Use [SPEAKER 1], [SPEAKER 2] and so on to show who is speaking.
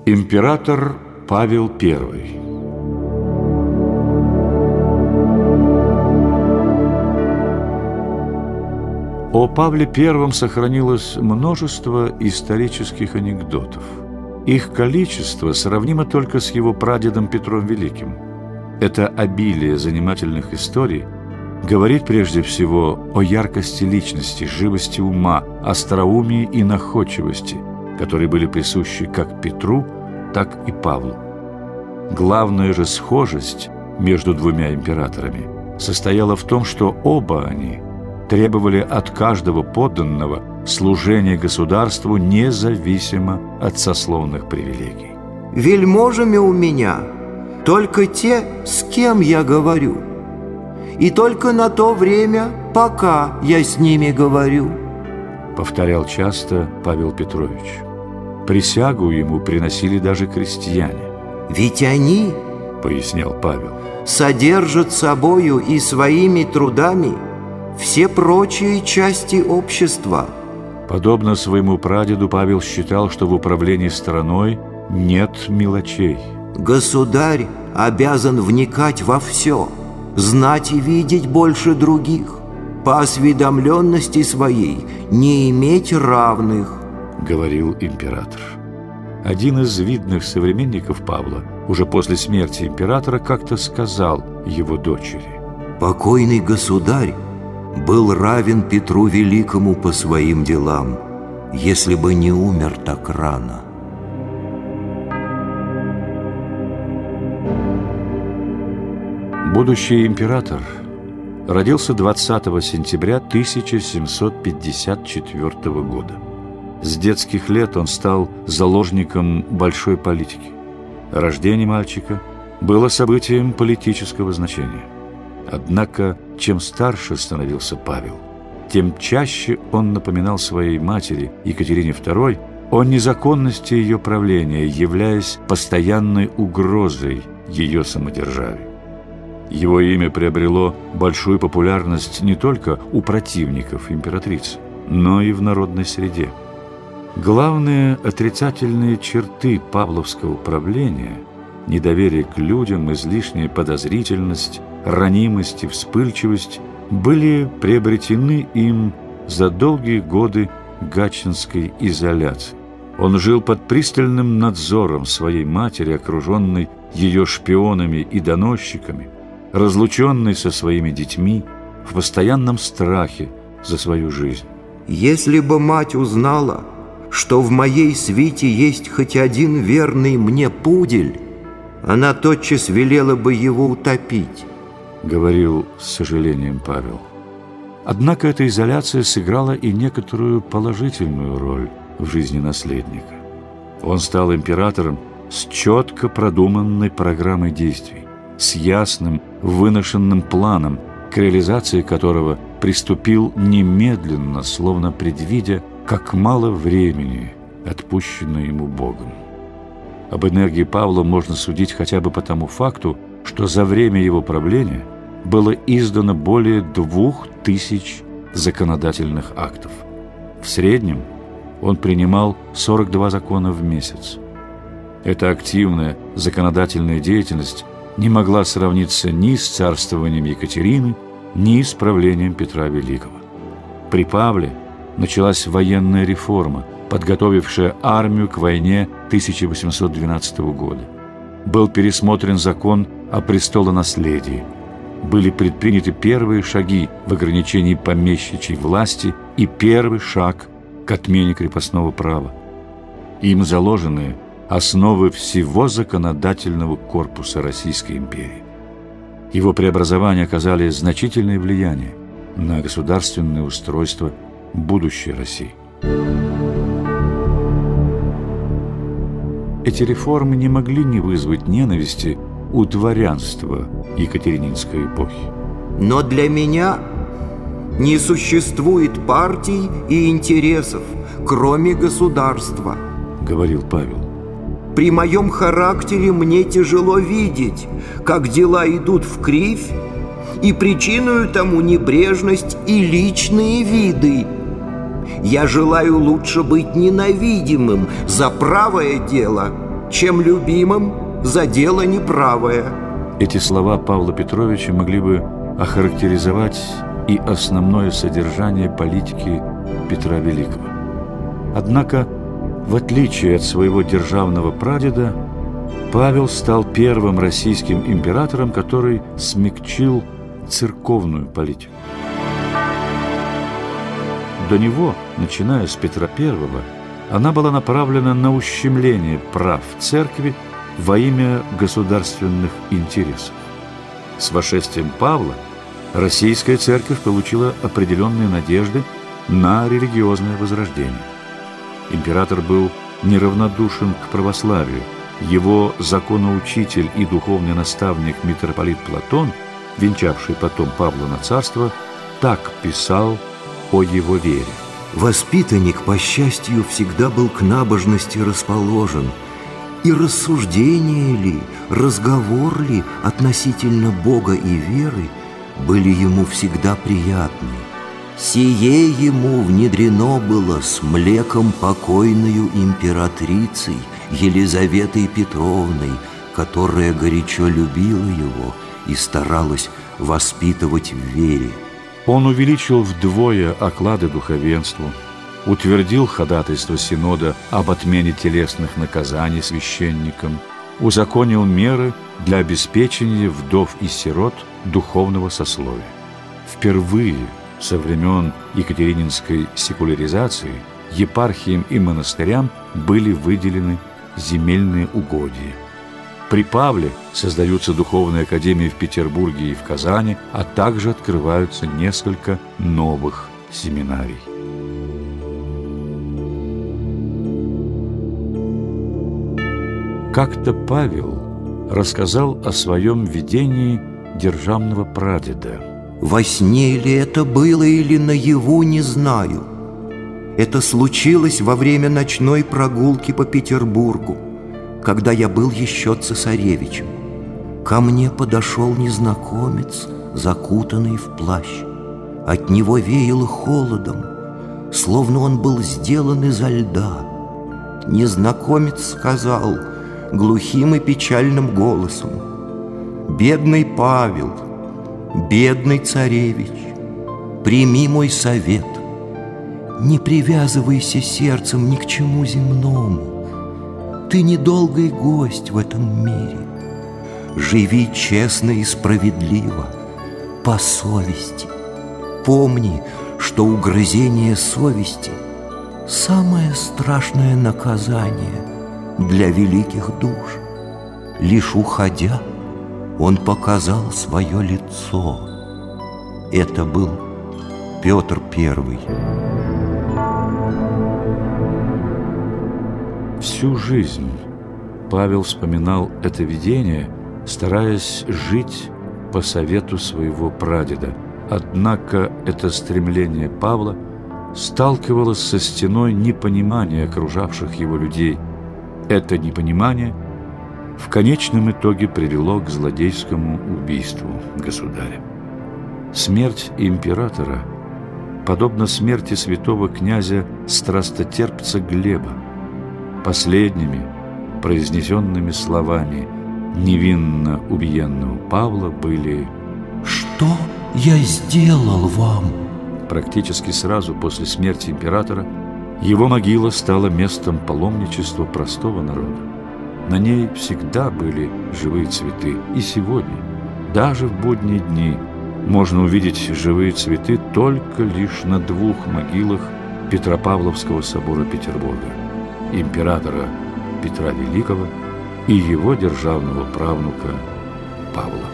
[SPEAKER 1] Император Павел I. О Павле I сохранилось множество исторических анекдотов. Их количество сравнимо только с его прадедом Петром Великим. Это обилие занимательных историй говорит прежде всего о яркости личности, живости ума, остроумии и находчивости, которые были присущи как Петру, так и Павлу. Главная же схожесть между двумя императорами состояла в том, что оба они требовали от каждого подданного служения государству независимо от сословных привилегий.
[SPEAKER 2] «Вельможами у меня только те, с кем я говорю, и только на то время, пока я с ними говорю», повторял часто Павел Петрович. Присягу ему приносили даже крестьяне. «Ведь они, — пояснял Павел, — содержат собою и своими трудами все прочие части общества».
[SPEAKER 1] Подобно своему прадеду, Павел считал, что в управлении страной нет мелочей.
[SPEAKER 2] «Государь обязан вникать во все, знать и видеть больше других, по осведомленности своей не иметь равных», — говорил император. Один из видных современников Павла уже после смерти императора как-то сказал его дочери: «Покойный государь был равен Петру Великому по своим делам, если бы не умер так рано».
[SPEAKER 1] Будущий император родился 20 сентября 1754 года. С детских лет он стал заложником большой политики. Рождение мальчика было событием политического значения. Однако, чем старше становился Павел, тем чаще он напоминал своей матери Екатерине II о незаконности ее правления, являясь постоянной угрозой ее самодержавию. Его имя приобрело большую популярность не только у противников императрицы, но и в народной среде. Главные отрицательные черты павловского правления – недоверие к людям, излишняя подозрительность, ранимость и вспыльчивость – были приобретены им за долгие годы гатчинской изоляции. Он жил под пристальным надзором своей матери, окруженной ее шпионами и доносчиками, разлученный со своими детьми, в постоянном страхе за свою жизнь.
[SPEAKER 2] «Если бы мать узнала, что в моей свите есть хоть один верный мне пудель, она тотчас велела бы его утопить», — говорил с сожалением Павел.
[SPEAKER 1] Однако эта изоляция сыграла и некоторую положительную роль в жизни наследника. Он стал императором с четко продуманной программой действий, с ясным, выношенным планом, к реализации которого приступил немедленно, словно предвидя, как мало времени отпущено ему Богом. Об энергии Павла можно судить хотя бы по тому факту, что за время его правления было издано более 2000 законодательных актов. В среднем он принимал 42 закона в месяц. Эта активная законодательная деятельность не могла сравниться ни с царствованием Екатерины, ни с правлением Петра Великого. При Павле началась военная реформа, подготовившая армию к войне 1812 года. Был пересмотрен закон о престолонаследии. Были предприняты первые шаги в ограничении помещичьей власти и первый шаг к отмене крепостного права. Им заложены основы всего законодательного корпуса Российской империи. Его преобразования оказали значительное влияние на государственное устройство будущей России. Эти реформы не могли не вызвать ненависти у дворянства екатерининской эпохи.
[SPEAKER 2] «Но для меня не существует партий и интересов, кроме государства», — говорил Павел. «При моем характере мне тяжело видеть, как дела идут вкривь, и причиною тому небрежность и личные виды. Я желаю лучше быть ненавидимым за правое дело, чем любимым за дело неправое».
[SPEAKER 1] Эти слова Павла Петровича могли бы охарактеризовать и основное содержание политики Петра Великого. Однако, в отличие от своего державного прадеда, Павел стал первым российским императором, который смягчил церковную политику. До него, начиная с Петра I, она была направлена на ущемление прав церкви во имя государственных интересов. С восшествием Павла российская церковь получила определенные надежды на религиозное возрождение. Император был неравнодушен к православию. Его законоучитель и духовный наставник митрополит Платон, венчавший потом Павла на царство, так писал о его вере.
[SPEAKER 2] «Воспитанник, по счастью, всегда был к набожности расположен, и рассуждения ли, разговор ли относительно Бога и веры были ему всегда приятны. Сие ему внедрено было с млеком покойною императрицей Елизаветой Петровной, которая горячо любила его и старалась воспитывать в вере.
[SPEAKER 1] Он увеличил вдвое оклады духовенству, утвердил ходатайство Синода об отмене телесных наказаний священникам, узаконил меры для обеспечения вдов и сирот духовного сословия. Впервые со времен Екатерининской секуляризации епархиям и монастырям были выделены земельные угодья. При Павле создаются духовные академии в Петербурге и в Казани, а также открываются несколько новых семинарий. Как-то Павел рассказал о своем видении державного прадеда.
[SPEAKER 2] «Во сне ли это было или наяву, не знаю. Это случилось во время ночной прогулки по Петербургу, когда я был еще цесаревичем. Ко мне подошел незнакомец, закутанный в плащ. От него веяло холодом, словно он был сделан изо льда. Незнакомец сказал глухим и печальным голосом: «Бедный Павел, бедный царевич, прими мой совет. Не привязывайся сердцем ни к чему земному. Ты недолгий гость в этом мире. Живи честно и справедливо, по совести. Помни, что угрызение совести – самое страшное наказание для великих душ. Лишь уходя, он показал свое лицо. Это был Петр I».
[SPEAKER 1] Всю жизнь Павел вспоминал это видение, стараясь жить по совету своего прадеда. Однако это стремление Павла сталкивалось со стеной непонимания окружавших его людей. Это непонимание в конечном итоге привело к злодейскому убийству государя. Смерть императора подобна смерти святого князя страстотерпца Глеба. Последними произнесенными словами невинно убиенного Павла были:
[SPEAKER 2] «Что я сделал вам?»
[SPEAKER 1] Практически сразу после смерти императора его могила стала местом паломничества простого народа. На ней всегда были живые цветы, и сегодня, даже в будние дни, можно увидеть живые цветы только лишь на двух могилах Петропавловского собора Петербурга: императора Петра Великого и его державного правнука Павла.